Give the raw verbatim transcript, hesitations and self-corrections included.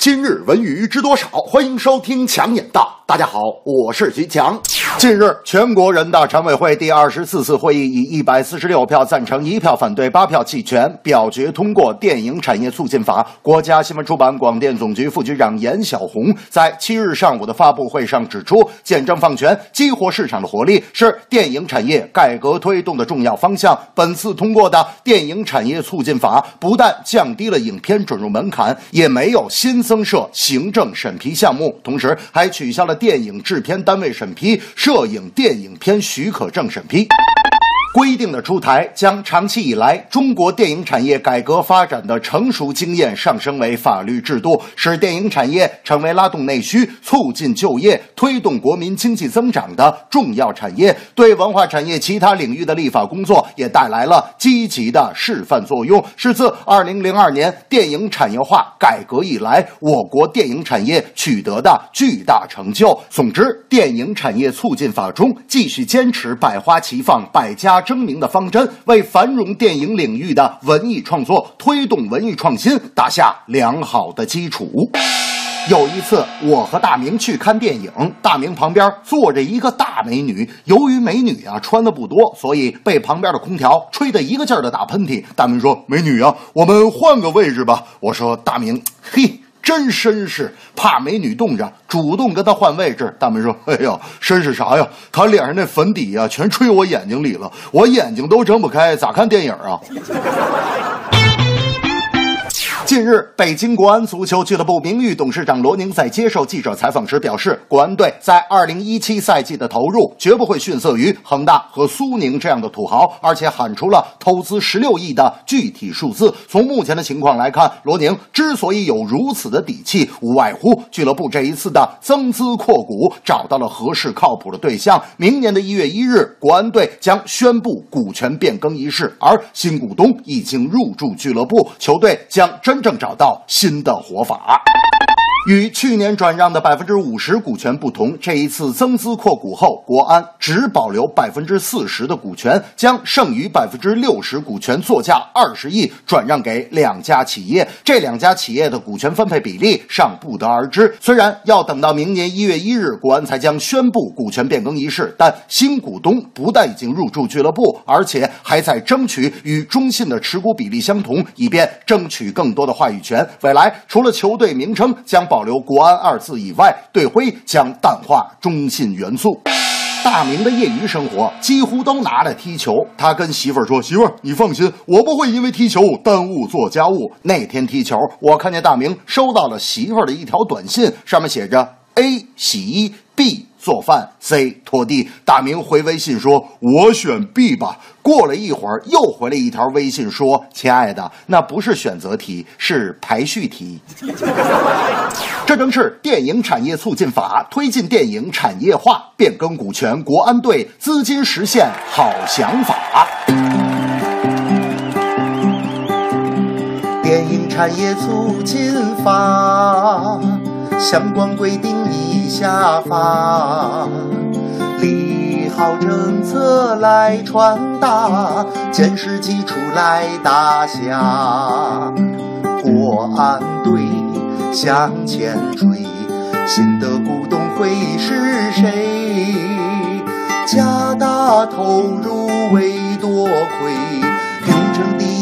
今日文娱知多少？欢迎收听强眼道。大家好，我是徐强。近日，全国人大常委会第二十四次会议以一百四十六票赞成、一票反对、八票弃权，表决通过《电影产业促进法》。国家新闻出版广电总局副局长严晓红在七日上午的发布会上指出，简政放权，激活市场的活力是电影产业改革推动的重要方向。本次通过的《电影产业促进法》不但降低了影片准入门槛，也没有新增设行政审批项目，同时还取消了电影制片单位审批、摄影电影片许可证审批。规定的出台将长期以来中国电影产业改革发展的成熟经验上升为法律制度，使电影产业成为拉动内需、促进就业、推动国民经济增长的重要产业，对文化产业其他领域的立法工作也带来了积极的示范作用，是自二零零二年电影产业化改革以来我国电影产业取得的巨大成就。总之，电影产业促进法中继续坚持百花齐放、百家争鸣的方针，为繁荣电影领域的文艺创作、推动文艺创新打下良好的基础。有一次，我和大明去看电影，大明旁边坐着一个大美女，由于美女啊穿的不多，所以被旁边的空调吹得一个劲儿的打喷嚏。大明说：“美女啊，我们换个位置吧。”我说：“大明，嘿。”真绅士，怕美女冻着，主动跟她换位置。大明说：“哎呀，绅士啥呀？他脸上那粉底呀、啊，全吹我眼睛里了，我眼睛都睁不开，咋看电影啊？”近日，北京国安足球俱乐部名誉董事长罗宁在接受记者采访时表示，国安队在二零一七赛季的投入绝不会逊色于恒大和苏宁这样的土豪，而且喊出了投资十六亿的具体数字。从目前的情况来看，罗宁之所以有如此的底气，无外乎俱乐部这一次的增资扩股找到了合适靠谱的对象。明年的一月一日，国安队将宣布股权变更仪式，而新股东已经入驻俱乐部，球队将真正找到新的活法。与去年转让的百分之五十股权不同，这一次增资扩股后，国安只保留百分之四十的股权，将剩余百分之六十股权作价二十亿转让给两家企业。这两家企业的股权分配比例尚不得而知。虽然要等到明年一月一日，国安才将宣布股权变更仪式，但新股东不但已经入驻俱乐部，而且还在争取与中信的持股比例相同，以便争取更多的话语权。未来除了球队名称将保留国安二字以外，队徽将淡化中信元素。大明的业余生活几乎都拿来踢球，他跟媳妇儿说：“媳妇儿，你放心，我不会因为踢球耽误做家务。”那天踢球，我看见大明收到了媳妇儿的一条短信，上面写着 A 洗衣 B 做饭 C 拖地。大明回微信说：“我选 B 吧。”过了一会儿，又回了一条微信说：“亲爱的，那不是选择题，是排序题。”这正是电影产业促进法推进电影产业化、变更股权、国安队资金实现好想法。 电影产业促进法相关规定已下发，利好政策来传达，坚实基础来打下。国安队向前追，新的股东会是谁？加大投入为多亏，秉承